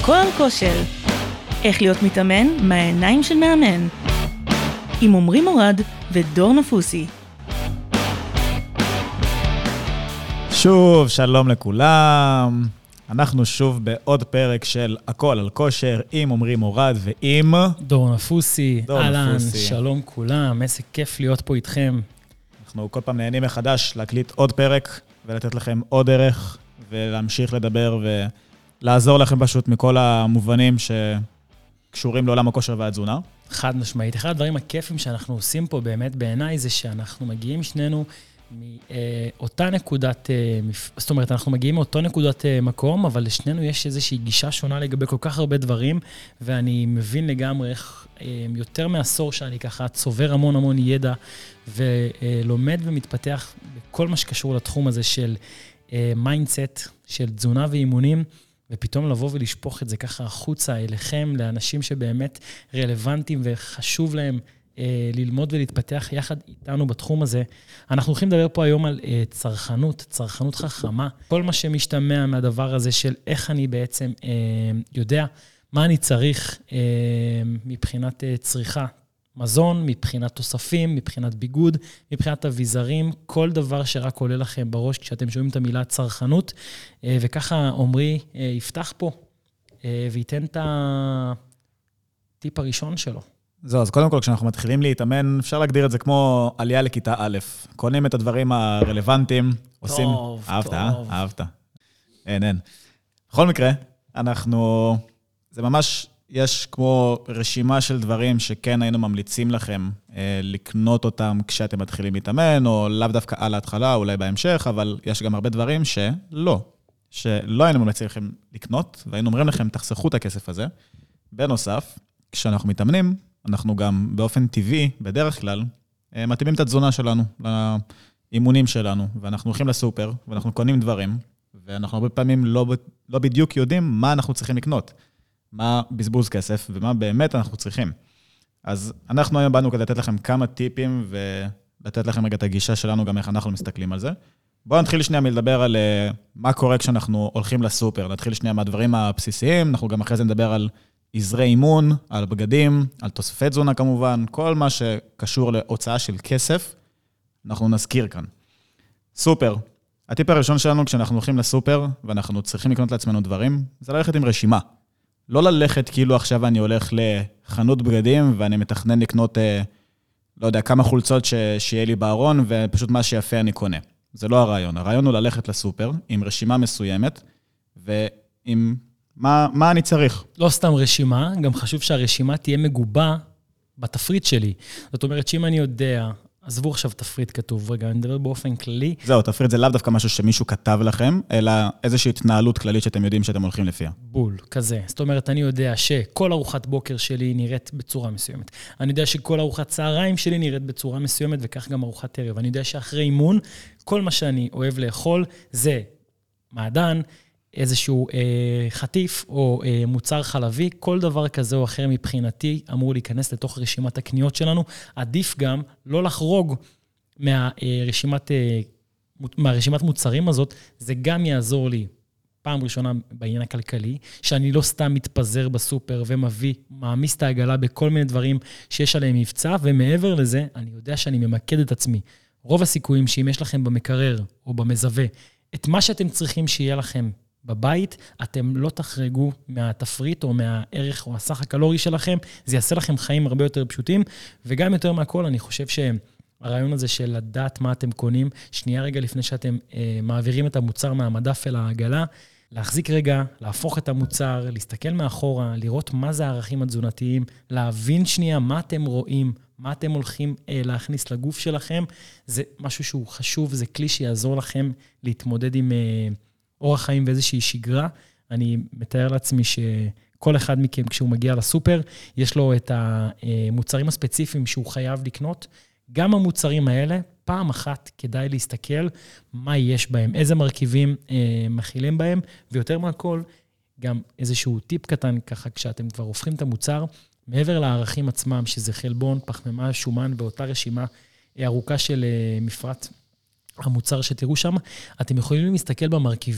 הכל על כושר. איך להיות מתאמן מהעיניים של מאמן. עם עומרי מורד ודור נפוסי. שוב, שלום לכולם. אנחנו שוב בעוד פרק של הכל על כושר עם עומרי מורד ועם דור נפוסי. אהלן, שלום כולם. איזה כיף להיות פה איתכם. אנחנו כל פעם נהנים מחדש להקליט עוד פרק ולתת לכם עוד דרך ולהמשיך לדבר ולעזור לכם פשוט מכל המובנים שקשורים לעולם הכושר והתזונה. חד משמעית. אחד הדברים הכיפים שאנחנו עושים פה באמת בעיניי זה שאנחנו מגיעים שנינו מאותה נקודת, זאת אומרת, אנחנו מגיעים מאותו נקודת מקום, אבל לשנינו יש איזושהי גישה שונה לגבי כל כך הרבה דברים, ואני מבין לגמרי איך יותר מעשור שאני ככה צובר המון ידע, ולומד ומתפתח בכל מה שקשור לתחום הזה של מיינדסט, של תזונה ואימונים, ופתאום לבוא ולשפוך את זה ככה החוצה אליכם, לאנשים שבאמת רלוונטיים וחשוב להם ללמוד ולהתפתח יחד איתנו בתחום הזה. אנחנו הולכים לדבר פה היום על צרכנות חכמה. כל מה שמשתמע מהדבר הזה של איך אני בעצם יודע מה אני צריך מבחינת צריכה מזון, מבחינת תוספים, מבחינת ביגוד, מבחינת אביזרים, כל דבר שרק עולה לכם בראש כשאתם שומעים את המילה צרכנות. וככה עומרי יפתח פה וייתן את הטיפ הראשון שלו. זהו, אז קודם כל, כשאנחנו מתחילים להתאמן, אפשר להגדיר את זה כמו עלייה לכיתה א'. קונים את הדברים הרלוונטיים, עושים... טוב. אהבת. אין. בכל מקרה, זה ממש, יש כמו רשימה של דברים שכן היינו ממליצים לכם לקנות אותם כשאתם מתחילים להתאמן, או לאו דווקא על ההתחלה, אולי בהמשך, אבל יש גם הרבה דברים שלא היינו ממליצים לכם לקנות, והיינו אומרים לכם, תחסכו את הכסף הזה. בנוסף, כשאנחנו מתאמנים, אנחנו גם באופן טבעי, בדרך כלל, מתאימים את התזונה שלנו, לאימונים שלנו, ואנחנו הולכים לסופר, ואנחנו קונים דברים, ואנחנו הרבה פעמים לא בדיוק יודעים מה אנחנו צריכים לקנות, מה בזבוז כסף, ומה באמת אנחנו צריכים. אז אנחנו היום באנו כדי לתת לכם כמה טיפים, ולתת לכם רגע את הגישה שלנו, גם איך אנחנו מסתכלים על זה. בואו נתחיל שנייה מלדבר על מה קורה כשאנחנו הולכים לסופר. נתחיל שנייה מהדברים הבסיסיים, אנחנו גם אחרי זה נדבר על עזרי אימון, על בגדים, על תוספי תזונה כמובן, כל מה שקשור להוצאה של כסף, אנחנו נזכיר כאן. סופר. הטיפ הראשון שלנו כשאנחנו הולכים לסופר, ואנחנו צריכים לקנות לעצמנו דברים, זה ללכת עם רשימה. לא ללכת כאילו עכשיו אני הולך לחנות בגדים, ואני מתכנן לקנות, לא יודע, כמה חולצות שיהיה לי בארון, ופשוט מה שיפה אני קונה. זה לא הרעיון. הרעיון הוא ללכת לסופר עם רשימה מסוימת, ועם מה אני צריך? לא סתם רשימה, גם חשוב שהרשימה תהיה מגובה בתפריט שלי. זאת אומרת שאם אני יודע, עזבו עכשיו תפריט כתוב, רגע, אני מדבר באופן כללי. זהו, תפריט זה לאו דווקא משהו שמישהו כתב לכם, אלא איזושהי התנהלות כללית שאתם יודעים שאתם הולכים לפיה. בול, כזה. זאת אומרת, אני יודע שכל ארוחת בוקר שלי נראית בצורה מסוימת. אני יודע שכל ארוחת צהריים שלי נראית בצורה מסוימת, וכך גם ארוחת ערב. אני יודע שאחרי אימון, כל מה שאני אוהב לאכול זה מעדן, איזשהו חטיף או מוצר חלבי, כל דבר כזה או אחר מבחינתי אמור להיכנס לתוך רשימת הקניות שלנו. עדיף גם לא לחרוג מהרשימת מוצרים הזאת, זה גם יעזור לי פעם ראשונה בעניין הכלכלי, שאני לא סתם מתפזר בסופר מעמיס את העגלה בכל מיני דברים שיש עליהם מבצע, ומעבר לזה אני יודע שאני ממקד את עצמי. רוב הסיכויים שאם יש לכם במקרר או במזווה, את מה שאתם צריכים שיהיה לכם בבית, אתם לא תחרגו מהתפריט או מהערך או הסך הקלורי שלכם, זה יעשה לכם חיים הרבה יותר פשוטים, וגם יותר מהכל, אני חושב שהרעיון הזה של לדעת מה אתם קונים, שנייה רגע לפני שאתם מעבירים את המוצר מהמדף אל העגלה, להחזיק רגע, להפוך את המוצר, להסתכל מאחורה, לראות מה זה הערכים התזונתיים, להבין שנייה מה אתם רואים, מה אתם הולכים להכניס לגוף שלכם, זה משהו שהוא חשוב, זה כלי שיעזור לכם להתמודד עם אורח חיים ואיזושהי שגרה. אני מתאר לעצמי שכל אחד מכם, כשהוא מגיע לסופר, יש לו את המוצרים הספציפיים שהוא חייב לקנות. גם המוצרים האלה, פעם אחת כדאי להסתכל מה יש בהם, איזה מרכיבים מכילים בהם, ויותר מהכל, גם איזשהו טיפ קטן ככה, כשאתם כבר הופכים את המוצר, מעבר לערכים עצמם, שזה חלבון, פחמימה, שומן, באותה רשימה ארוכה של מפרט המוצר שתראו שם, אתם יכולים להסתכל במרכיבים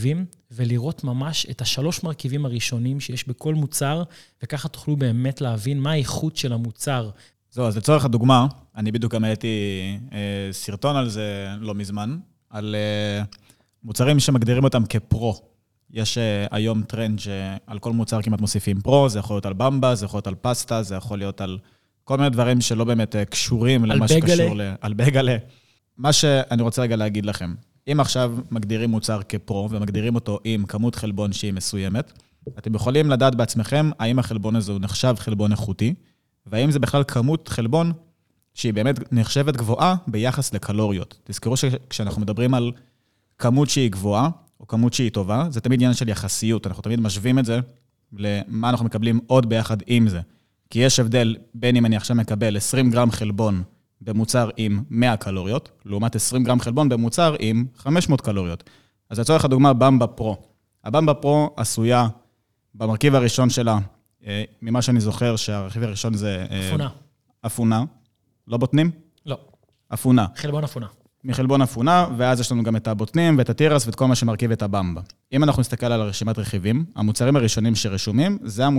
ולראות ממש את 3 מרכיבים הראשונים שיש בכל מוצר, וככה תוכלו באמת להבין מה האיכות של המוצר. זהו, אז לצורך הדוגמה, אני בדיוק גם הייתי סרטון על זה לא מזמן, על מוצרים שמגדירים אותם כפרו. יש היום טרנד שעל כל מוצר כמעט מוסיפים פרו, זה יכול להיות על במבה, זה יכול להיות על פסטה, זה יכול להיות על כל מיני דברים שלא באמת קשורים למה שקשור על בגלה. מה שאני רוצה רגע להגיד לכם, אם עכשיו מגדירים מוצר כפרו ומגדירים אותו עם כמות חלבון שהיא מסוימת, אתם יכולים לדעת בעצמכם האם החלבון הזה הוא נחשב חלבון איכותי, והאם זה בכלל כמות חלבון שהיא באמת נחשבת גבוהה ביחס לקלוריות. תזכרו שכשאנחנו מדברים על כמות שהיא גבוהה, או כמות שהיא טובה, זה תמיד עניין של יחסיות. אנחנו תמיד משווים את זה למה אנחנו מקבלים עוד ביחד עם זה. כי יש הבדל בין אם אני עכשיו מקבל 20 גרם חלבון במוצר עם 100 קלוריות, לעומת 20 גרם חלבון במוצר עם 500 קלוריות. אז לצורך הדוגמה, במבה פרו. הבמבה פרו עשויה במרכיב הראשון שלה, ממה שאני זוכר שהרכיב הראשון זה... אפונה. אפונה. לא בוטנים? לא. אפונה. חלבון אפונה. מחלבון אפונה, ואז יש לנו גם את הבוטנים ואת הטירס ואת כל מה שמרכיב את הבמבה. אם אנחנו נסתכל על רשימת רכיבים, המוצרים הראשונים שרשומים,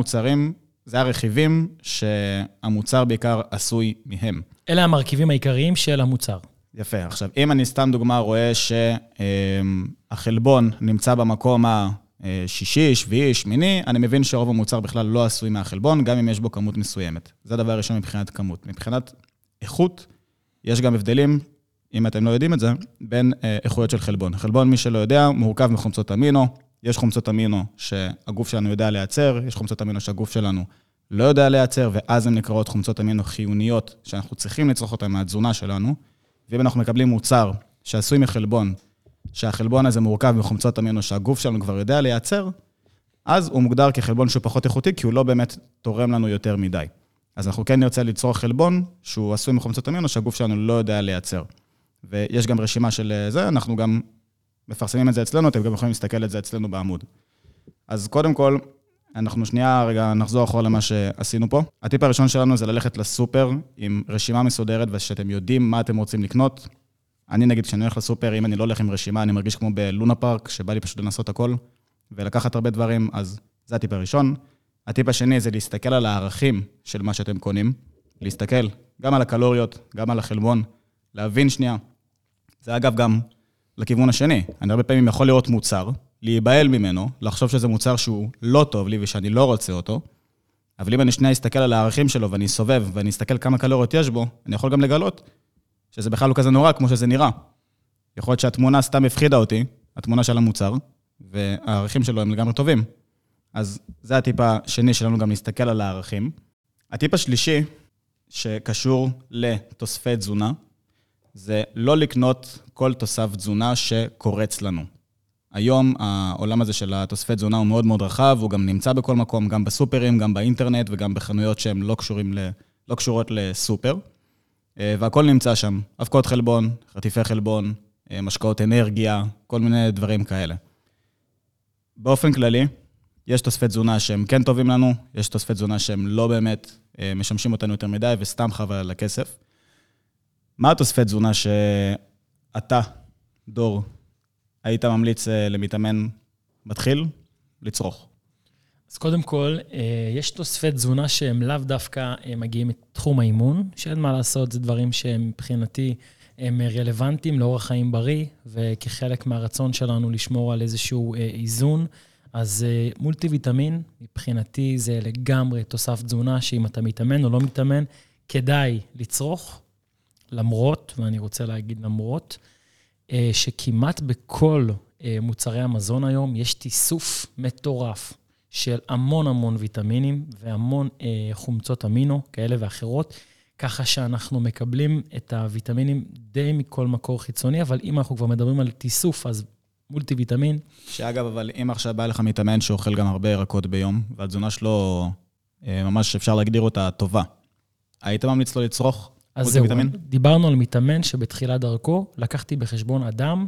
זה הרכיבים שהמוצר בעיקר עשוי מהם. אלה המרכיבים העיקריים של המוצר. יפה. עכשיו, אם אני סתם דוגמה רואה שהחלבון נמצא במקום השישי, שביעי, שמיני, אני מבין שרוב המוצר בכלל לא עשוי מהחלבון, גם אם יש בו כמות מסוימת. זה הדבר הראשון מבחינת כמות. מבחינת איכות, יש גם הבדלים, אם אתם לא יודעים את זה, בין איכויות של חלבון. חלבון, מי שלא יודע, מורכב מחומצות אמינו. יש חומצות אמינו שהגוף שלנו יודע לייצר, יש חומצות אמינו שהגוף שלנו לא יודע לייצר, ואז הן נקראות חומצות אמינו חיוניות, שאנחנו צריכים לצרוך אותן מהתזונה שלנו, ואם אנחנו מקבלים מוצר שעשוי מחלבון, שהחלבון הזה מורכב מחומצות אמינו שהגוף שלנו כבר יודע לייצר, אז הוא מוגדר כחלבון שהוא פחות איכותי, כי הוא לא באמת תורם לנו יותר מדי. אז אנחנו כן נרצה ליצור חלבון שהוא עשוי מחומצות אמינו שהגוף שלנו לא יודע לייצר. ויש גם רשימה של זה, אנחנו גם מפרסמים את זה אצלנו, אתם גם יכולים להסתכל את זה אצלנו בעמוד. אז קודם כל, אנחנו שנייה רגע נחזור אחורה למה שעשינו פה. הטיפ הראשון שלנו זה ללכת לסופר עם רשימה מסודרת, ושאתם יודעים מה אתם רוצים לקנות. אני נגיד, כשאני הולך לסופר, אם אני לא הולך עם רשימה, אני מרגיש כמו בלונה פארק, שבא לי פשוט לנסות הכל, ולקחת הרבה דברים, אז זה הטיפ הראשון. הטיפ השני זה להסתכל על הערכים של מה שאתם קונים, להסתכל גם על הקלוריות, גם על החלבון, להבין שנייה. זה אגב גם לכיוון השני. אני הרבה פעמים יכול לראות מוצר, להיבהל ממנו, לחשוב שזה מוצר שהוא לא טוב לי ושאני לא רוצה אותו, אבל אם אני שנייה אסתכל על הערכים שלו ואני סובב ואני אסתכל כמה קלוריות יש בו, אני יכול גם לגלות שזה בכלל לא כזה נורא כמו שזה נראה. יכול להיות שהתמונה סתם הפחידה אותי, התמונה של המוצר, והערכים שלו הם לגמרי טובים. אז זה הטיפ השני שלנו גם להסתכל על הערכים. הטיפ השלישי שקשור לתוספי תזונה, זה לא לקנות כל תוסף תזונה שקורץ לנו. היום העולם הזה של התוספי תזונה הוא מאוד מאוד רחב, הוא גם נמצא בכל מקום, גם בסופרים, גם באינטרנט וגם בחנויות שהן לא קשורות לסופר. והכל נמצא שם, אבקות חלבון, חטיפי חלבון, משקאות אנרגיה, כל מיני דברים כאלה. באופן כללי, יש תוספי תזונה שהם כן טובים לנו, יש תוספי תזונה שהם לא באמת משמשים אותנו יותר מדי וסתם חבל על הכסף. מה התוספי תזונה שאתה, דור, היית ממליץ למתאמן מתחיל לצרוך? אז קודם כל, יש תוספי תזונה שהם לאו דווקא מגיעים מתחום האימון, שאין מה לעשות, זה דברים שהם מבחינתי הם רלוונטיים לאורח חיים בריא, וכחלק מהרצון שלנו לשמור על איזשהו איזון, אז מולטי ויטמין, מבחינתי זה לגמרי תוסף תזונה, שאם אתה מתאמן או לא מתאמן, כדאי לצרוך, למרות, ואני רוצה להגיד למרות, שכמעט בכל מוצרי המזון היום יש תיסוף מטורף של המון ויטמינים והמון חומצות אמינו כאלה ואחרות, ככה שאנחנו מקבלים את הוויטמינים די מכל מקור חיצוני, אבל אם אנחנו כבר מדברים על תיסוף, אז מולטי ויטמין. שאגב, אבל אם עכשיו בא לך מתאמן שאוכל גם הרבה ירקות ביום, והתזונה שלו ממש אפשר להגדיר אותה טובה, היית ממליץ לו לצרוך? אז זהו, דיברנו על מתאמן שבתחילת דרכו, לקחתי בחשבון אדם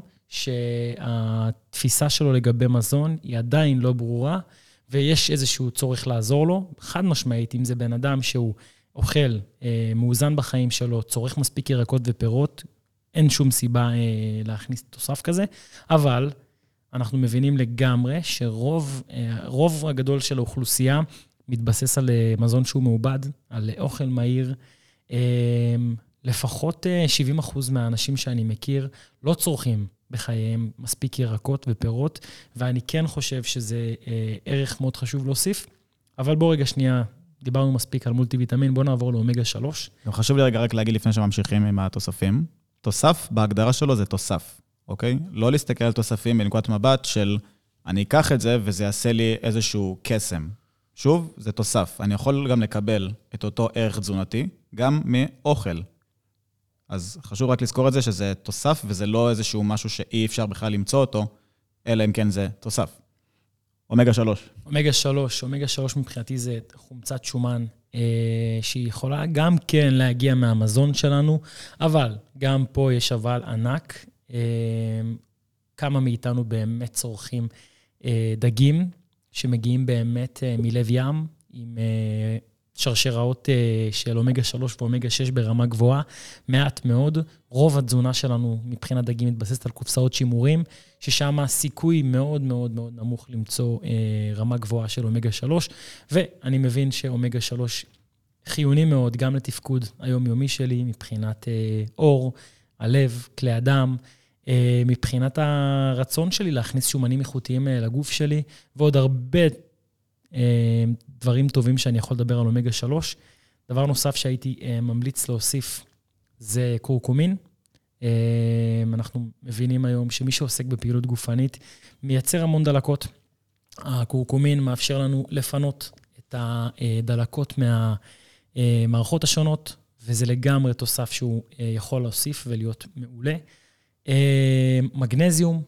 שהתפיסה שלו לגבי מזון היא עדיין לא ברורה, ויש איזשהו צורך לעזור לו. חד משמעית, אם זה בן אדם שהוא אוכל, מאוזן בחיים שלו, צורך מספיק ירקות ופירות, אין שום סיבה להכניס תוסף כזה, אבל אנחנו מבינים לגמרי שרוב הגדול של האוכלוסייה מתבסס על מזון שהוא מעובד, על אוכל מהיר. לפחות 70% מהאנשים שאני מכיר לא צורכים בחייהם מספיק ירקות ופירות, ואני כן חושב שזה ערך מאוד חשוב להוסיף. אבל בוא רגע שנייה, דיברנו מספיק על מולטי ויטמין, בוא נעבור לאומגה 3. חשוב לי רגע רק להגיד לפני שממשיכים עם התוספים. תוסף, בהגדרה שלו זה תוסף, אוקיי? לא להסתכל על תוספים בנקודת מבט של אני אקח את זה וזה יעשה לי איזשהו קסם. שוב, זה תוסף. אני יכול גם לקבל את אותו ערך תזונתי, גם מאוכל. אז חשוב רק לזכור את זה שזה תוסף, וזה לא איזשהו משהו שאי אפשר בכלל למצוא אותו, אלא אם כן זה תוסף. אומגה 3. אומגה 3 מבחינתי זה חומצת שומן, שהיא יכולה גם כן להגיע מהמזון שלנו, אבל גם פה יש אבל ענק, כמה מאיתנו באמת צורכים דגים, שמגיעים באמת מלב ים, עם שרשראות של אומגה 3 ואומגה 6 ברמה גבוהה, מעט מאוד. רוב התזונה שלנו מבחינת דגים מתבססת על קופסאות שימורים, ששם הסיכוי מאוד מאוד מאוד נמוך למצוא רמה גבוהה של אומגה 3, ואני מבין שאומגה 3 חיוני מאוד גם לתפקוד היומיומי שלי, מבחינת אור, הלב, כלי הדם, מבחינת הרצון שלי להכניס שומנים איכותיים לגוף שלי, ועוד הרבה דברים טובים שאני יכול לדבר על אומגה 3. דבר נוסף שהייתי ממליץ להוסיף זה קורקומין. אנחנו מבינים היום שמי שעוסק בפעילות גופנית מייצר המון דלקות. הקורקומין מאפשר לנו לפנות את הדלקות מהמערכות השונות, וזה לגמרי תוסף שהוא יכול להוסיף ולהיות מעולה. מגנזיום,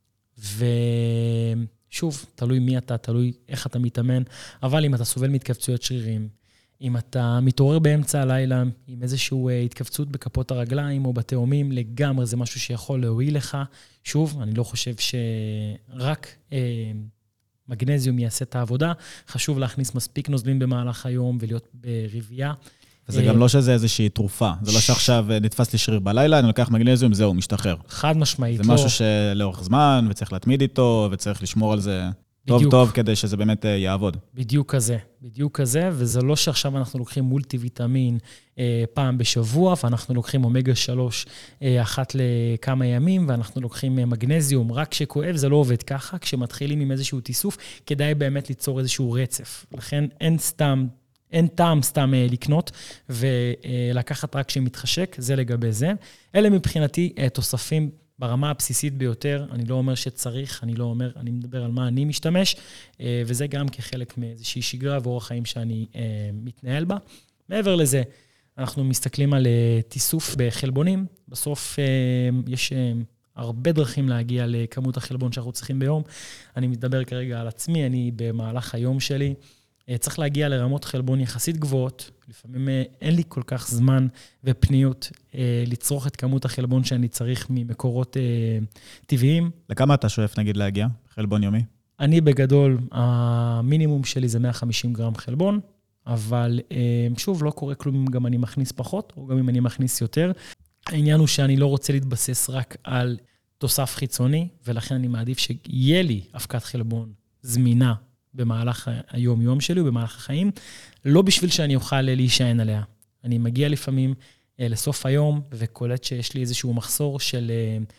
ושוב, תלוי מי אתה, תלוי איך אתה מתאמן, אבל אם אתה סובל מהתכווצויות שרירים, אם אתה מתעורר באמצע הלילה עם איזושהי התכווצות בכפות הרגליים או בתאומים, לגמרי זה משהו שיכול להועיל לך. שוב, אני לא חושב שרק מגנזיום יעשה את העבודה, חשוב להכניס מספיק נוזלים במהלך היום ולהיות ברבייה. וזה גם לא שזה איזושהי תרופה, זה לא שעכשיו נתפס לי שריר בלילה, אני לוקח מגנזיום, זהו, משתחרר. חד משמעית. זה משהו שלאורך זמן, וצריך להתמיד איתו, וצריך לשמור על זה טוב טוב, כדי שזה באמת יעבוד. בדיוק כזה, וזה לא שעכשיו אנחנו לוקחים מולטי ויטמין פעם בשבוע, ואנחנו לוקחים אומגה 3 אחת לכמה ימים, ואנחנו לוקחים מגנזיום רק שכואב, זה לא עובד ככה, כשמתחילים עם איזשהו תיסוף, כדאי באמת ליצור איזשהו רצף. לכן אין טעם סתם לקנות, ולקחת רק שמתחשק, זה לגבי זה. אלה מבחינתי תוספים ברמה הבסיסית ביותר, אני לא אומר שצריך, אני מדבר על מה אני משתמש, וזה גם כחלק מאיזושהי שגרה ואורח חיים שאני מתנהל בה. מעבר לזה, אנחנו מסתכלים על תיסוף בחלבונים, בסוף יש הרבה דרכים להגיע לכמות החלבון שאנחנו צריכים ביום. אני מדבר כרגע על עצמי, אני במהלך היום שלי, צריך להגיע לרמות חלבון יחסית גבוהות, לפעמים אין לי כל כך זמן ופניות לצרוך את כמות החלבון שאני צריך ממקורות טבעיים. לכמה אתה שואף נגיד להגיע, חלבון יומי? אני בגדול, המינימום שלי זה 150 גרם חלבון, אבל שוב, לא קורה כלום אם גם אני מכניס פחות, או גם אם אני מכניס יותר. העניין הוא שאני לא רוצה להתבסס רק על תוסף חיצוני, ולכן אני מעדיף שיהיה לי הפקת חלבון זמינה, במהלך היום-יום שלי ובמהלך החיים, לא בשביל שאני אוכל להישען עליה. אני מגיע לפעמים לסוף היום, וקולט שיש לי איזשהו מחסור של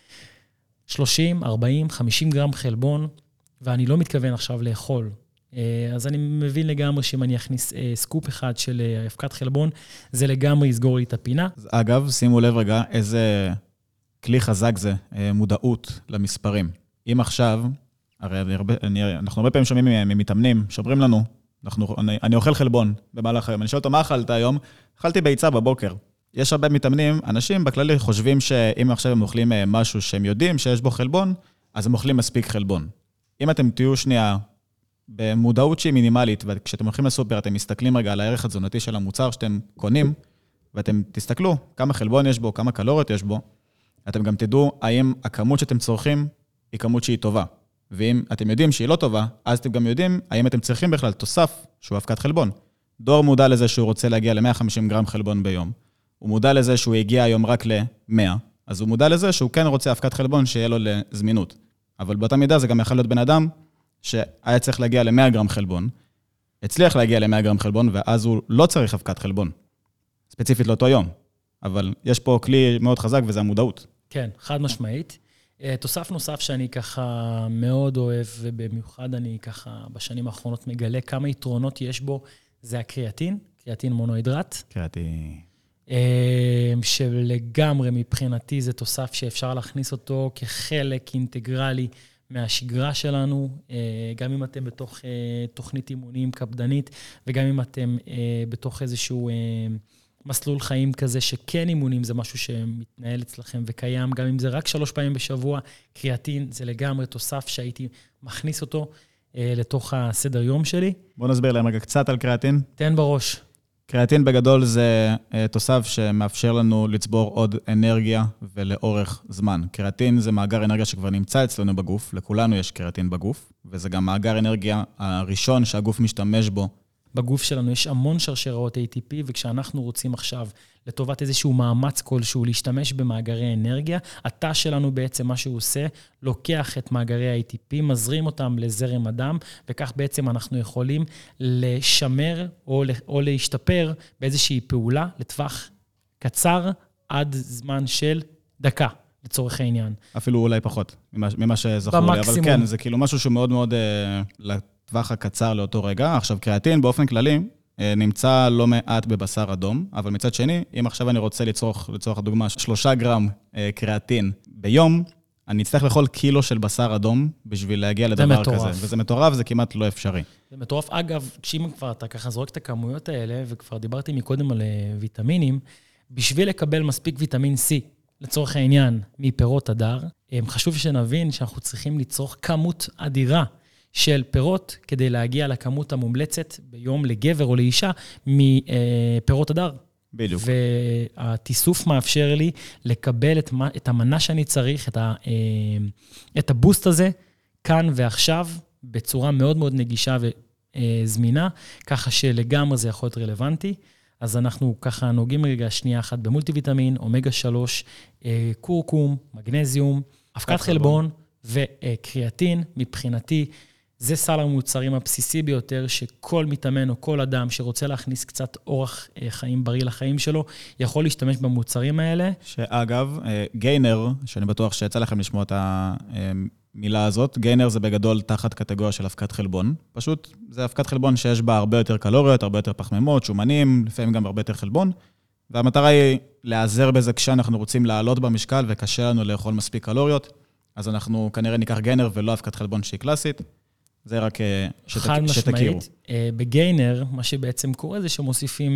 30, 40, 50 גרם חלבון, ואני לא מתכוון עכשיו לאכול. אז אני מבין לגמרי שאם אני אכניס סקופ אחד של הפקת חלבון, זה לגמרי יסגור לי את הפינה. אגב, שימו לב רגע, איזה כלי חזק זה, מודעות למספרים. אם עכשיו, הרי אנחנו הרבה פעמים שומעים ממתאמנים, שאומרים לנו, אני אוכל חלבון במהלך היום, אני שואל אותו, מה אכלת היום? אכלתי ביצה בבוקר. יש הרבה מתאמנים, אנשים בכללי חושבים שאם עכשיו הם אוכלים משהו שהם יודעים שיש בו חלבון, אז הם אוכלים מספיק חלבון. אם אתם תהיו שנייה במודעות שהיא מינימלית, וכשאתם הולכים לסופר, אתם מסתכלים רגע על הערך התזונתי של המוצר שאתם קונים, ואתם תסתכלו כמה חלבון יש בו, כמה קלוריות יש בו, אתם גם תדעו האם הכמות שאתם צורכים היא כמות שהיא טובה. ואם אתם יודעים שהיא לא טובה, אז אתם גם יודעים האם אתם צריכים בכלל תוסף שהוא הפקת חלבון. דור מודע לזה שהוא רוצה להגיע ל-150 גרם חלבון ביום. הוא מודע לזה שהוא הגיע היום רק ל-100, אז הוא מודע לזה שהוא כן רוצה הפקת חלבון שיהיה לו לזמינות. אבל באותה מידה זה גם יכול להיות בן אדם שהיה צריך להגיע ל-100 גרם חלבון, הצליח להגיע ל-100 גרם חלבון, ואז הוא לא צריך אבקת חלבון, ספציפית לאותו יום. אבל יש פה כלי מאוד חזק, וזה המודעות. כן, חד משמעית. תוסף נוסף שאני ככה מאוד אוהב, ובמיוחד אני ככה בשנים האחרונות מגלה כמה יתרונות יש בו, זה הקריאטין, קריאטין מונוהידרט. קריאטין. שלגמרי מבחינתי זה תוסף שאפשר להכניס אותו כחלק אינטגרלי מהשגרה שלנו, גם אם אתם בתוך תוכנית אימונים קפדנית, וגם אם אתם בתוך איזשהו מסלול חיים כזה, שכן אימונים זה משהו שמתנהל אצלכם וקיים, גם אם זה רק 3 פעמים בשבוע, קריאטין זה לגמרי תוסף שהייתי מכניס אותו לתוך הסדר יום שלי. בוא נסביר להם רגע קצת על קריאטין. תן בראש. קריאטין בגדול זה תוסף שמאפשר לנו לצבור עוד אנרגיה ולאורך זמן. קריאטין זה מאגר אנרגיה שכבר נמצא אצלנו בגוף, לכולנו יש קריאטין בגוף, וזה גם מאגר אנרגיה הראשון שהגוף משתמש בו. בגוף שלנו יש המון שרשראות ATP, וכשאנחנו רוצים עכשיו לטובת איזשהו מאמץ כלשהו להשתמש במאגרי אנרגיה, התא שלנו בעצם מה שהוא עושה, לוקח את מאגרי ה-ATP, מזרים אותם לזרם הדם, וכך בעצם אנחנו יכולים לשמר או להשתפר באיזושהי פעולה לטווח קצר עד זמן של דקה, לצורך העניין. אפילו אולי פחות ממה שזכור לי, אבל כן, זה כאילו משהו שהוא מאוד מאוד לטווח הקצר לאותו רגע. עכשיו, קריאטין באופן כללי נמצא לא מעט בבשר אדום, אבל מצד שני, אם עכשיו אני רוצה לצורך הדוגמה, 3 גרם קריאטין ביום, אני אצטרך לאכול קילו של בשר אדום בשביל להגיע לדבר כזה. וזה מטורף, זה כמעט לא אפשרי. זה מטורף. אגב, כשאם כבר אתה ככה זורק את הכמויות האלה, וכבר דיברתי מקודם על ויטמינים, בשביל לקבל מספיק ויטמין C, לצורך העניין, מפירות הדר, חשוב שנבין שאנחנו צריכים לצרוך כמות אדירה של פירות, כדי להגיע לכמות המומלצת ביום לגבר או לאישה מפירות הדר. בדיוק. והתיסוף מאפשר לי לקבל את המנה שאני צריך, את הבוסט הזה, כאן ועכשיו, בצורה מאוד מאוד נגישה וזמינה, ככה שלגמרי זה יכול להיות רלוונטי. אז אנחנו ככה נוגעים רגע שנייה אחת במולטי ויטמין, אומגה 3, קורקום, מגנזיום, אבקת חלבון וקריאטין. מבחינתי, זה סל המוצרים הבסיסי ביותר שכל מתאמן או כל אדם שרוצה להכניס קצת אורח חיים בריא לחיים שלו, יכול להשתמש במוצרים האלה. שאגב, גיינר, שאני בטוח שיצא לכם לשמוע את המילה הזאת, גיינר זה בגדול תחת קטגוריה של אבקת חלבון. פשוט זה אבקת חלבון שיש בה הרבה יותר קלוריות, הרבה יותר פחמימות, שומנים, לפעמים גם הרבה יותר חלבון. והמטרה היא להיעזר בזה כשאנחנו רוצים לעלות במשקל וקשה לנו לאכול מספיק קלוריות. אז אנחנו כנראה ניקח גיינר ולא אבקת חלבון שהיא קלאסית. זה רק חד משמעית. בגיינר, מה שבעצם קורה זה שמוסיפים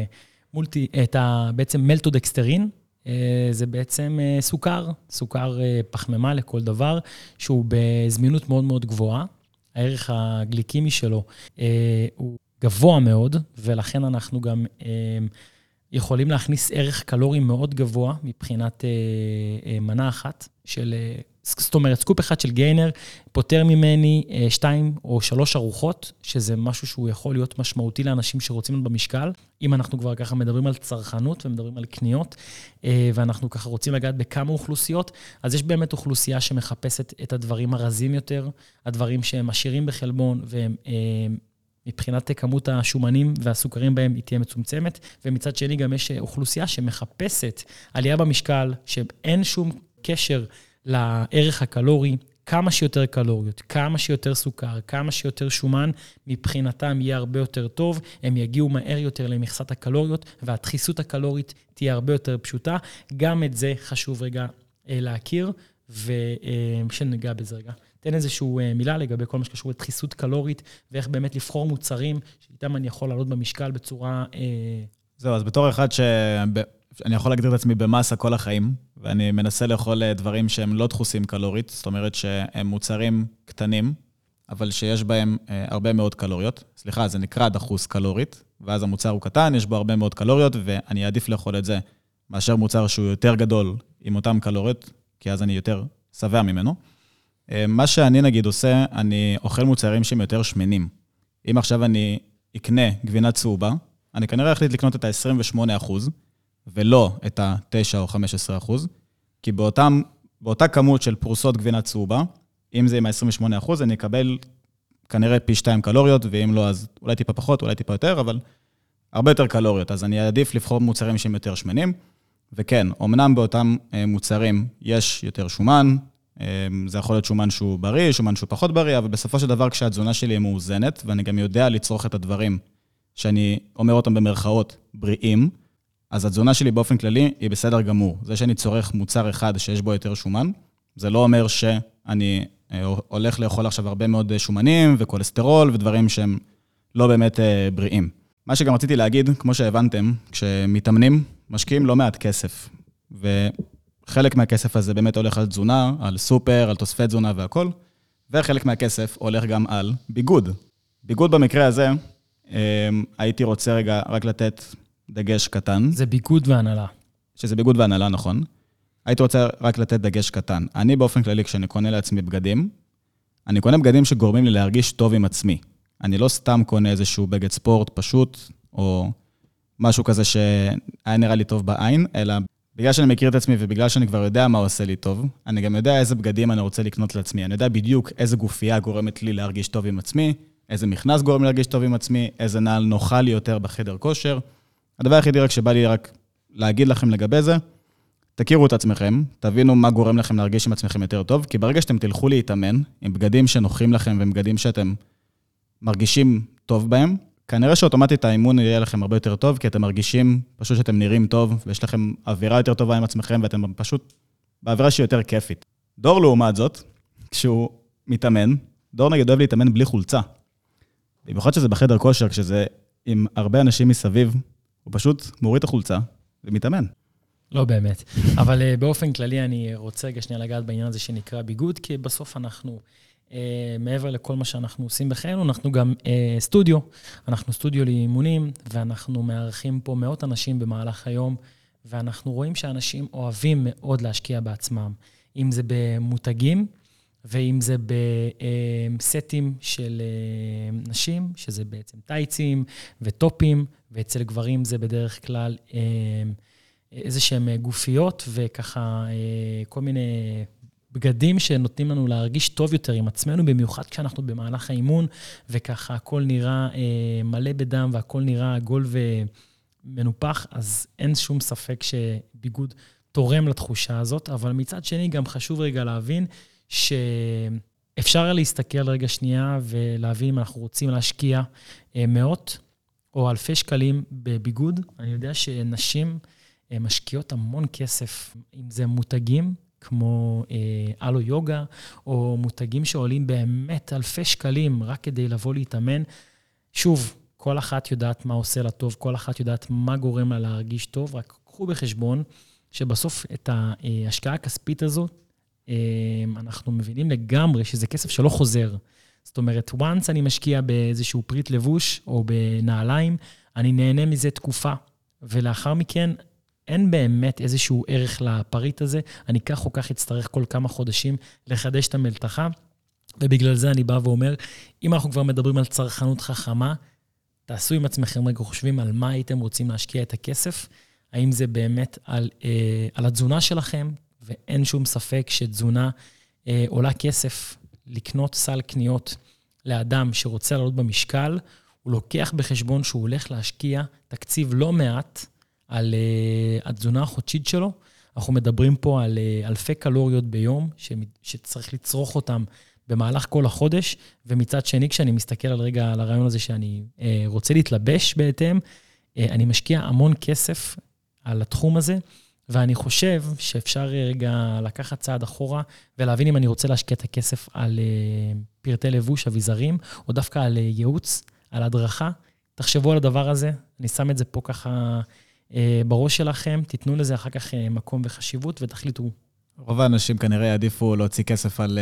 בעצם מלטודקסטרין, זה בעצם סוכר פחמימה לכל דבר, שהוא בזמינות מאוד מאוד גבוהה. הערך הגליקמי שלו הוא גבוה מאוד, ולכן אנחנו גם יכולים להכניס ערך קלורי מאוד גבוה, מבחינת מנה אחת של זאת אומרת, סקופ אחד של גיינר פותר ממני 2 או 3 ארוחות, שזה משהו שהוא יכול להיות משמעותי לאנשים שרוצים במשקל. אם אנחנו כבר ככה מדברים על צרכנות ומדברים על קניות, ואנחנו ככה רוצים לגעת בכמה אוכלוסיות, אז יש באמת אוכלוסייה שמחפשת את הדברים הרזים יותר, הדברים שהם עשירים בחלבון, והם מבחינת כמות השומנים והסוכרים בהם היא תהיה מצומצמת, ומצד שני גם יש אוכלוסייה שמחפשת עלייה במשקל, שאין שום קשר לערך הקלורי, כמה שיותר קלוריות, כמה שיותר סוכר, כמה שיותר שומן, מבחינתם יהיה הרבה יותר טוב, הם יגיעו מהר יותר למכסת הקלוריות, והדחיסות הקלורית תהיה הרבה יותר פשוטה. גם את זה חשוב רגע להכיר, ושנגע בזה רגע. תן איזשהו מילה לגבי כל מה שקשור לדחיסות קלורית, ואיך באמת לבחור מוצרים, שאיתם אני יכול לעלות במשקל בצורה זהו, אז בתור אחד שאני יכול להגדיר את עצמי במסה כל החיים, ואני מנסה לאכול דברים שהם לא דחוסים קלורית, זאת אומרת שהם מוצרים קטנים, אבל שיש בהם הרבה מאוד קלוריות. סליחה, זה נקרא דחוס קלורית, ואז המוצר הוא קטן, יש בו הרבה מאוד קלוריות, ואני אעדיף לאכול את זה, מאשר מוצר שהוא יותר גדול עם אותם קלוריות, כי אז אני יותר שבע ממנו. מה שאני נגיד עושה, אני אוכל מוצרים שהם יותר שמנים. אם עכשיו אני אקנה גבינה צהובה, אני כנראה החליט לקנות את ה-28%, ולא את ה-9 או 15%, כי באותה כמות של פרוסות גבינה צהובה, אם זה עם ה-28%, אני אקבל כנראה פי 2 קלוריות, ואם לא, אז אולי טיפה פחות, אולי טיפה יותר, אבל הרבה יותר קלוריות. אז אני אעדיף לבחור מוצרים שהם יותר שמנים, וכן, אמנם באותם מוצרים יש יותר שומן, זה יכול להיות שומן שהוא בריא, שומן שהוא פחות בריא, אבל בסופו של דבר כשהתזונה שלי היא מאוזנת, ואני גם יודע לצרוך את הדברים שאני אומר אותם במרכאות בריאים, אז התזונה שלי באופן כללי היא בסדר גמור. זה שאני צורך מוצר אחד שיש בו יותר שומן, זה לא אומר שאני הולך לאכול עכשיו הרבה מאוד שומנים וכולסטרול ודברים שהם לא באמת בריאים. מה שגם רציתי להגיד, כמו שהבנתם, כשמתאמנים, משקיעים לא מעט כסף. וחלק מהכסף הזה באמת הולך על תזונה, על סופר, על תוספי תזונה והכל, וחלק מהכסף הולך גם על ביגוד. ביגוד במקרה הזה, הייתי רוצה רגע רק לתת דגש קטן. זה ביגוד והנהלה. שזה ביגוד והנהלה, נכון. הייתי רוצה רק לתת דגש קטן. אני באופן כללי, כשאני קונה לעצמי בגדים, אני קונה בגדים שגורמים לי להרגיש טוב עם עצמי. אני לא סתם קונה איזשהו בגד ספורט פשוט, או משהו כזה שהיה נראה לי טוב בעין, אלא בגלל שאני מכיר את עצמי ובגלל שאני כבר יודע מה עושה לי טוב, אני גם יודע איזה בגדים אני רוצה לקנות לעצמי. אני יודע בדיוק איזה גופייה גורמת לי להרגיש טוב עם עצמי, איזה מכנס גורם לי להרגיש טוב עם עצמי, איזה נעל נוחה לי יותר בחדר כושר. הדבר היחידי רק שבא לי רק להגיד לכם לגבי זה, תכירו את עצמכם, תבינו מה גורם לכם להרגיש עם עצמכם יותר טוב, כי ברגע שאתם תלכו להתאמן עם בגדים שנוחים לכם ובגדים שאתם מרגישים טוב בהם, כנראה שאוטומטית האימון יהיה לכם הרבה יותר טוב, כי אתם מרגישים פשוט שאתם נראים טוב, ויש לכם אווירה יותר טובה עם עצמכם, ואתם פשוט באווירה שהיא יותר כיפית. דור לעומת זאת, כשהוא מתאמן, דור נגיד אוהב להתאמן בלי חולצה. במיוחד שזה בחדר כושר, כשזה עם הרבה אנשים מסביב, הוא פשוט מוריד את החולצה ומתאמן. לא באמת. אבל באופן כללי אני רוצה רגע שנייה לגעת בעניין הזה שנקרא ביגוד, כי בסוף אנחנו, מעבר לכל מה שאנחנו עושים בחיינו, אנחנו גם סטודיו. אנחנו סטודיו לאימונים, ואנחנו מארחים פה מאות אנשים במהלך היום, ואנחנו רואים שאנשים אוהבים מאוד להשקיע בעצמם. אם זה במותגים, ואם זה בסטים של נשים, שזה בעצם טייצים וטופים, ואצל גברים זה בדרך כלל איזה שהם גופיות, וככה כל מיני בגדים שנותנים לנו להרגיש טוב יותר עם עצמנו, במיוחד כשאנחנו במהלך האימון, וככה הכל נראה מלא בדם, והכל נראה עגול ומנופח, אז אין שום ספק שביגוד תורם לתחושה הזאת, אבל מצד שני גם חשוב רגע להבין, שאפשר להסתכל רגע שנייה, ולהבין אם אנחנו רוצים להשקיע מאות או אלפי שקלים בביגוד. אני יודע שנשים משקיעות המון כסף, אם זה מותגים, כמו אלו יוגה, או מותגים שעולים באמת אלפי שקלים, רק כדי לבוא להתאמן. שוב, כל אחת יודעת מה עושה לה טוב, כל אחת יודעת מה גורם לה להרגיש טוב, רק קחו בחשבון שבסוף את ההשקעה הכספית הזאת, אנחנו מבינים לגמרי שזה כסף שלא חוזר. זאת אומרת, once אני משקיע באיזשהו פריט לבוש או בנעליים, אני נהנה מזה תקופה, ולאחר מכן אין באמת איזשהו ערך לפריט הזה, אני כך או כך אצטרך כל כמה חודשים לחדש את המלתחה, ובגלל זה אני בא ואומר, אם אנחנו כבר מדברים על צרכנות חכמה, תעשו עם עצמכם רגע חושבים על מה הייתם רוצים להשקיע את הכסף, האם זה באמת על התזונה שלכם, ואין שום ספק שתזונה עולה כסף, לקנות סל קניות לאדם שרוצה לעלות במשקל, הוא לוקח בחשבון שהוא הולך להשקיע תקציב לא מעט על התזונה החודשית שלו. אנחנו מדברים פה על אלפי קלוריות ביום, שצריך לצרוך אותם במהלך כל החודש, ומצד שני, כשאני מסתכל על רגע על הרעיון הזה שאני רוצה להתלבש בהתאם, אני משקיע המון כסף על התחום הזה, ואני חושב שאפשר רגע לקחת צעד אחורה, ולהבין אם אני רוצה להשקיע את הכסף על פרטי לבוש, אביזרים, או דווקא על ייעוץ, על הדרכה. תחשבו על הדבר הזה, אני שם את זה פה ככה בראש שלכם, תיתנו לזה אחר כך מקום וחשיבות, ותחליטו. רוב האנשים כנראה יעדיפו להוציא כסף על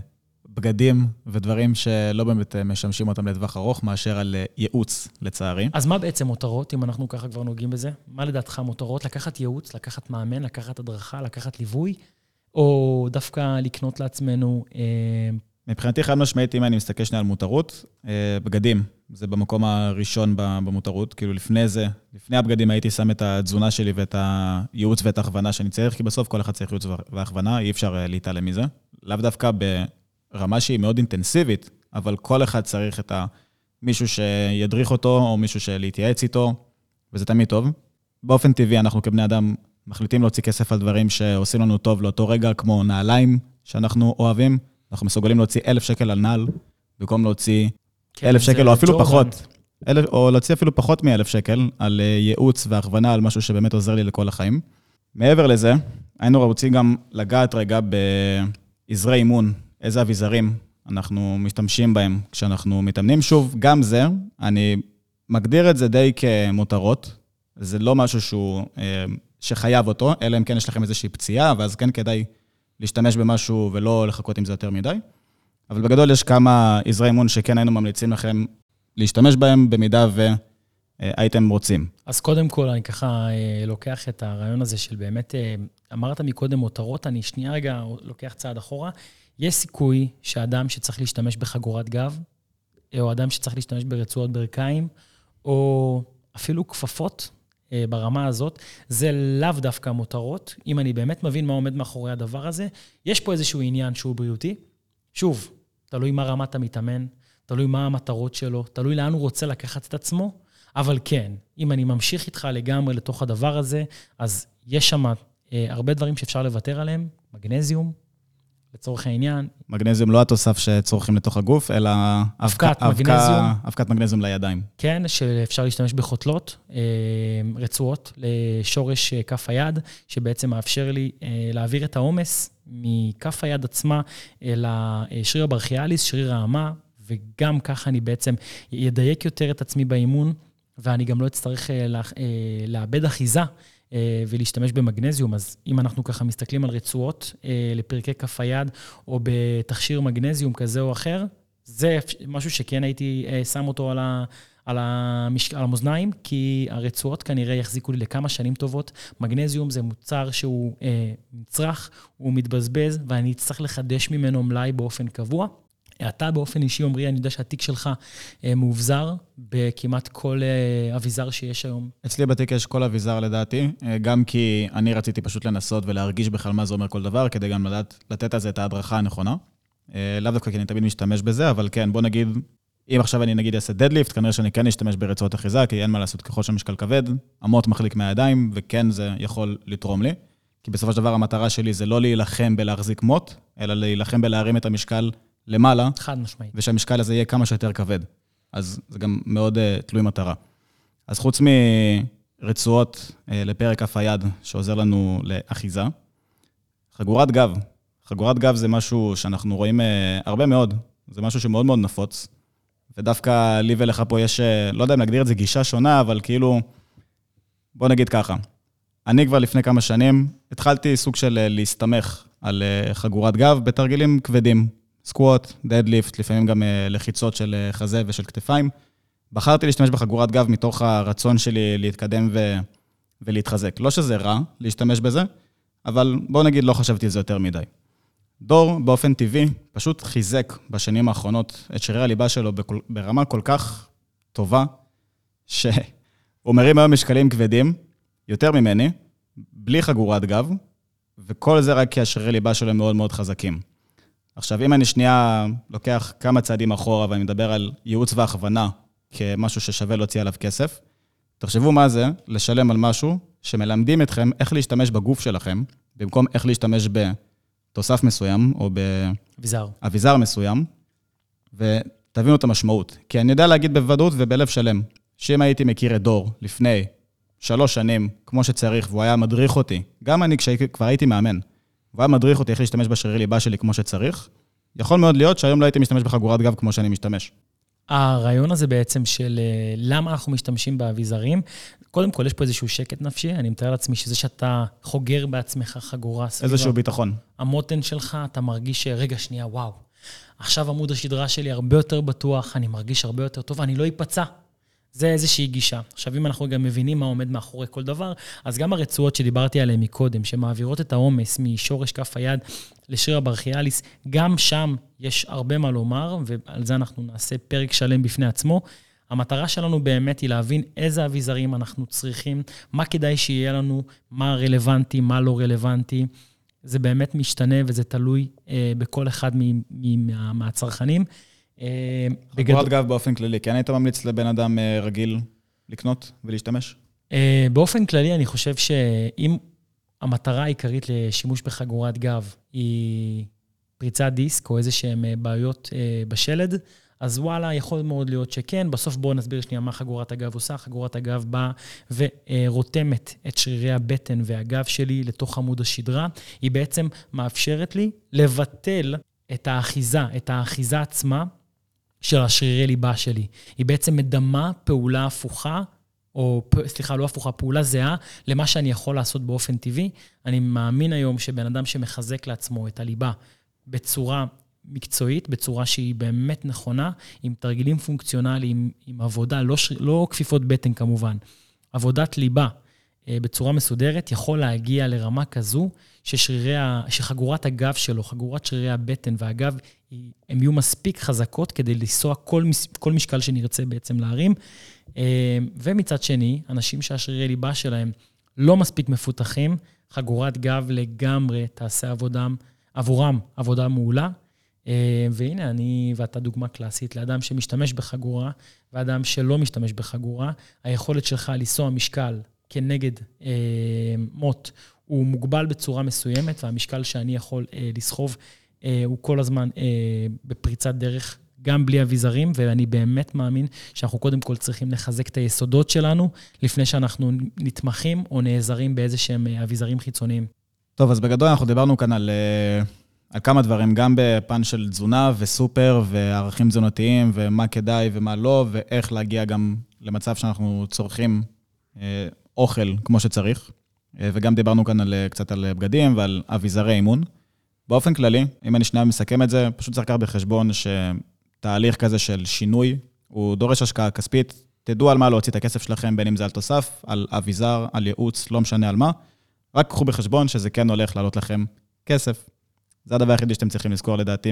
בגדים ודברים שלא באמת משמשים אותם לטווח ארוך, מאשר על ייעוץ, לצערי. אז מה בעצם מותרות, אם אנחנו ככה כבר נוגעים בזה? מה לדעתך מותרות? לקחת ייעוץ, לקחת מאמן, לקחת הדרכה, לקחת ליווי, או דווקא לקנות לעצמנו? מבחינתי חד משמעית, אם אני מסתכל שנייה על מותרות, בגדים, זה במקום הראשון במותרות, כאילו לפני זה, לפני הבגדים הייתי שם את התזונה שלי ואת הייעוץ ואת ההכוונה שאני צריך, כי בסוף כל אחד צריך ייעוץ והכוונה, אי אפשר להתעלם מזה. לאו דווקא רמה שהיא מאוד אינטנסיבית, אבל כל אחד צריך את מישהו שידריך אותו, או מישהו שלהתייעץ איתו, וזה תמיד טוב. באופן טבעי, אנחנו כבני אדם מחליטים להוציא כסף על דברים שעושים לנו טוב לאותו רגע, כמו נעליים שאנחנו אוהבים. אנחנו מסוגלים להוציא 1,000 שקל על נעל, במקום להוציא 1,000 שקל, או אפילו פחות. או להוציא אפילו פחות מ1,000 שקל על ייעוץ והכוונה, על משהו שבאמת עוזר לי לכל החיים. מעבר לזה, היינו רוצים גם לגעת רגע בעזרי אימון, איזה אביזרים אנחנו משתמשים בהם כשאנחנו מתאמנים. שוב, גם זה, אני מגדיר את זה די כמותרות, זה לא משהו שחייב אותו, אלא אם כן יש לכם איזושהי פציעה, ואז כן כדאי להשתמש במשהו ולא לחכות עם זה יותר מדי. אבל בגדול יש כמה עזרי אימון שכן היינו ממליצים לכם להשתמש בהם במידה והייתם רוצים. אז קודם כל, אני ככה לוקח את הרעיון הזה של באמת, אמרת מקודם מותרות, אני שנייה רגע לוקח צעד אחורה. יש סיכוי שאדם שצריך להשתמש בחגורת גב, או אדם שצריך להשתמש ברצועות ברכיים, או אפילו כפפות ברמה הזאת, זה לאו דווקא מותרות. אם אני באמת מבין מה עומד מאחורי הדבר הזה, יש פה איזשהו עניין שהוא בריאותי. שוב, תלוי מה רמת המתאמן, תלוי מה המטרות שלו, תלוי לאן הוא רוצה לקחת את עצמו, אבל כן, אם אני ממשיך איתך לגמרי לתוך הדבר הזה, אז יש שם הרבה דברים שאפשר לוותר עליהם, מגנזיום, לצורך העניין. מגנזיום לא התוסף שצורכים לתוך הגוף, אלא אבקת מגנזיום לידיים. כן, שאפשר להשתמש בחוטלות, רצועות לשורש כף היד, שבעצם מאפשר לי להעביר את העומס מכף היד עצמה אל השריר הברכיאליס, שריר האמה, וגם ככה אני בעצם ידייק יותר את עצמי באימון, ואני גם לא אצטרך לאבד אחיזה, ולהשתמש במגנזיום. אז אם אנחנו ככה מסתכלים על רצועות לפרקי כף היד, או בתכשיר מגנזיום כזה או אחר, זה משהו שכן הייתי שם אותו על המאזניים, כי הרצועות כנראה יחזיקו לי לכמה שנים טובות. מגנזיום זה מוצר שהוא מצרך, הוא מתבזבז, ואני אצטרך לחדש ממנו מלאי באופן קבוע. אתה באופן אישי, אומרי, אני יודע שהתיק שלך מאובזר בכמעט כל אביזר שיש היום. אצלי בתיק יש כל אביזר לדעתי, גם כי אני רציתי פשוט לנסות ולהרגיש בכלל מה זה אומר כל דבר, כדי גם לתת על זה את ההדרכה הנכונה. לאו דווקא כי אני תמיד משתמש בזה, אבל כן, בוא נגיד, אם עכשיו אני נגיד אעשה דדליפט, כנראה שאני כן אשתמש ברצועות אחיזה, כי אין מה לעשות ככל שהמשקל כבד, המוט מחליק מהידיים, וכן זה יכול לתרום לי. כי בסופו של דבר המטרה שלי זה לא להילחם בלהחזיק מוט, אלא להילחם בלהרים את המשקל למעלה, חד משמעית. ושהמשקל הזה יהיה כמה שיותר כבד. אז זה גם מאוד תלוי מטרה. אז חוץ מרצועות לפרק כף היד, שעוזר לנו לאחיזה, חגורת גב. חגורת גב זה משהו שאנחנו רואים הרבה מאוד. זה משהו שמאוד מאוד נפוץ. ודווקא לי ולך פה יש, לא יודע אם נגדיר את זה גישה שונה, אבל כאילו, בוא נגיד ככה. אני כבר לפני כמה שנים התחלתי סוג של להסתמך על חגורת גב בתרגילים כבדים. סקווט, דדליפט, לפעמים גם לחיצות של חזה ושל כתפיים. בחרתי להשתמש בחגורת גב מתוך הרצון שלי להתקדם ולהתחזק. לא שזה רע להשתמש בזה, אבל בוא נגיד לא חשבתי את זה יותר מדי. דור באופן טבעי פשוט חיזק בשנים האחרונות את שרירי הליבה שלו ברמה כל כך טובה, שהוא מרים היום משקלים כבדים, יותר ממני, בלי חגורת גב, וכל זה רק כי השרירי ליבה שלו הם מאוד מאוד חזקים. עכשיו, אם אני שנייה לוקח כמה צעדים אחורה, ואני מדבר על ייעוץ והכוונה כמשהו ששווה להוציא עליו כסף, תחשבו מה זה לשלם על משהו שמלמדים אתכם איך להשתמש בגוף שלכם, במקום איך להשתמש בתוסף מסוים, או באביזר מסוים, ותבינו את המשמעות. כי אני יודע להגיד בוודאות ובלב שלם, שאם הייתי מכיר את דור לפני 3 שנים, כמו שצריך, והוא היה מדריך אותי, גם אני כשכבר הייתי מאמן, והוא היה מדריך אותי איך להשתמש בשרירי ליבה שלי כמו שצריך, יכול מאוד להיות שהיום לא הייתי משתמש בחגורת גב כמו שאני משתמש. הרעיון הזה בעצם של למה אנחנו משתמשים באביזרים, קודם כל יש פה איזשהו שקט נפשי, אני מתאר לעצמי שזה שאתה חוגר בעצמך חגורה סביבה. איזשהו ביטחון. המותן שלך, אתה מרגיש רגע שנייה, וואו, עכשיו עמוד השדרה שלי הרבה יותר בטוח, אני מרגיש הרבה יותר טוב, אני לא אפצע. זה איזושהי גישה. עכשיו, אם אנחנו גם מבינים מה עומד מאחורי כל דבר, אז גם הרצועות שדיברתי עליהן מקודם, שמעבירות את העומס משורש כף היד לשריר הברכיאליס, גם שם יש הרבה מה לומר, ועל זה אנחנו נעשה פרק שלם בפני עצמו. המטרה שלנו באמת היא להבין איזה אביזרים אנחנו צריכים, מה כדאי שיהיה לנו, מה רלוונטי, מה לא רלוונטי, זה באמת משתנה וזה תלוי בכל אחד מהצרכנים. חגורת גב באופן כללי, כן היית ממליץ לבן אדם רגיל לקנות ולהשתמש? באופן כללי, אני חושב שאם המטרה העיקרית לשימוש בחגורת גב היא פריצת דיסק או איזה שהן בעיות בשלד, אז וואלה, יכול מאוד להיות שכן. בסוף בואו נסביר שנייה מה חגורת הגב עושה. חגורת הגב באה ורותמת את שרירי הבטן והגב שלי לתוך עמוד השדרה. היא בעצם מאפשרת לי לבטל את האחיזה עצמה של השרירי ליבה שלי. היא בעצם מדמה פעולה הפוכה, או סליחה, לא הפוכה, פעולה זהה למה שאני יכול לעשות באופן טבעי. אני מאמין היום שבן אדם שמחזק לעצמו את הליבה בצורה מקצועית, בצורה שהיא באמת נכונה, עם תרגילים פונקציונליים, עם עבודה, לא כפיפות בטן כמובן, עבודת ליבה בצורה מסודרת, יכול להגיע לרמה כזו, שחגורת הגב שלו, חגורת שרירי הבטן והגב, הם יהיו מספיק חזקות כדי לנסוע כל משקל שנרצה בעצם להרים. ומצד שני, אנשים שהשרירי ליבה שלהם לא מספיק מפותחים, חגורת גב לגמרי תעשה עבורם עבודה מעולה. והנה, ואתה דוגמה קלאסית לאדם שמשתמש בחגורה, ואדם שלא משתמש בחגורה, היכולת שלך לנסוע משקל כנגד מוט, הוא מוגבל בצורה מסוימת, והמשקל שאני יכול לסחוב, הוא כל הזמן בפריצת דרך, גם בלי אביזרים, ואני באמת מאמין שאנחנו קודם כל צריכים לחזק את היסודות שלנו, לפני שאנחנו נתמכים או נעזרים באיזה שהם אביזרים חיצוניים. טוב, אז בגדול אנחנו דיברנו כאן על כמה דברים, גם בפן של תזונה וסופר וערכים תזונתיים, ומה כדאי ומה לא, ואיך להגיע גם למצב שאנחנו צורכים אוכל כמו שצריך, וגם דיברנו כאן קצת על בגדים ועל אביזרי אימון. באופן כללי, אם אני שנייה מסכם את זה, פשוט צריך לקחת בחשבון שתהליך כזה של שינוי, הוא דורש השקעה כספית, תדעו על מה להוציא את הכסף שלכם, בין אם זה על תוסף, על אביזר, על ייעוץ, לא משנה על מה, רק קחו בחשבון שזה כן הולך לעלות לכם כסף. זה הדבר היחידי שאתם צריכים לזכור לדעתי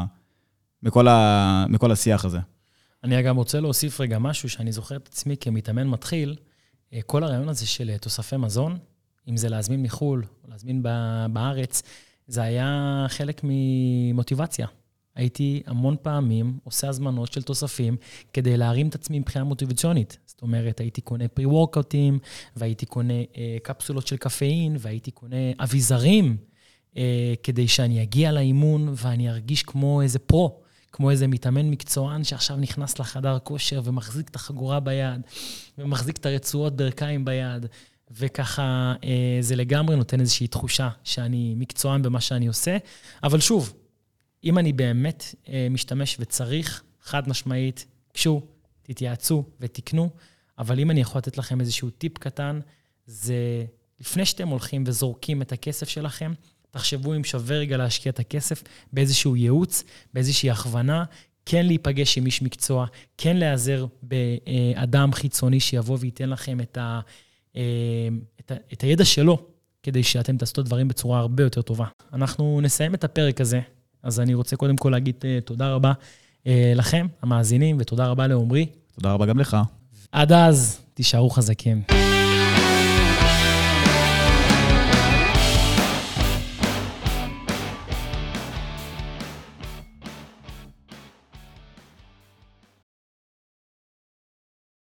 מכל השיח הזה. אני גם רוצה להוסיף רגע משהו שאני זוכר את עצמי כמתאמן מתחיל, כל הרעיון הזה של תוספי מזון, אם זה להזמין מחול או להזמין בארץ, זה היה חלק ממוטיבציה. הייתי המון פעמים עושה הזמנות של תוספים כדי להרים את עצמי מבחינה מוטיבציונית. זאת אומרת, הייתי קונה פרי-וורקאוטים, והייתי קונה קפסולות של קפאין, והייתי קונה אביזרים, כדי שאני אגיע לאימון ואני ארגיש כמו איזה פרו, כמו איזה מתאמן מקצוען שעכשיו נכנס לחדר כושר ומחזיק את החגורה ביד, ומחזיק את הרצועות ברכיים ביד, וככה זה לגמרי נותן איזושהי תחושה שאני מקצוען במה שאני עושה. אבל שוב, אם אני באמת משתמש וצריך, חד משמעית, קשו, תתייעצו ותקנו, אבל אם אני יכול לתת לכם איזשהו טיפ קטן, זה לפני שאתם הולכים וזורקים את הכסף שלכם, תחשבו אם שווה רגע להשקיע את הכסף באיזשהו ייעוץ, באיזושהי הכוונה, כן להיפגש עם איש מקצוע, כן להיעזר באדם חיצוני שיבוא וייתן לכם את הידע שלו, כדי שאתם תעשו דברים בצורה הרבה יותר טובה. אנחנו נסיים את הפרק הזה, אז אני רוצה קודם כל להגיד תודה רבה לכם, המאזינים, ותודה רבה לעומרי. תודה רבה גם לך. עד אז, תישארו חזקים.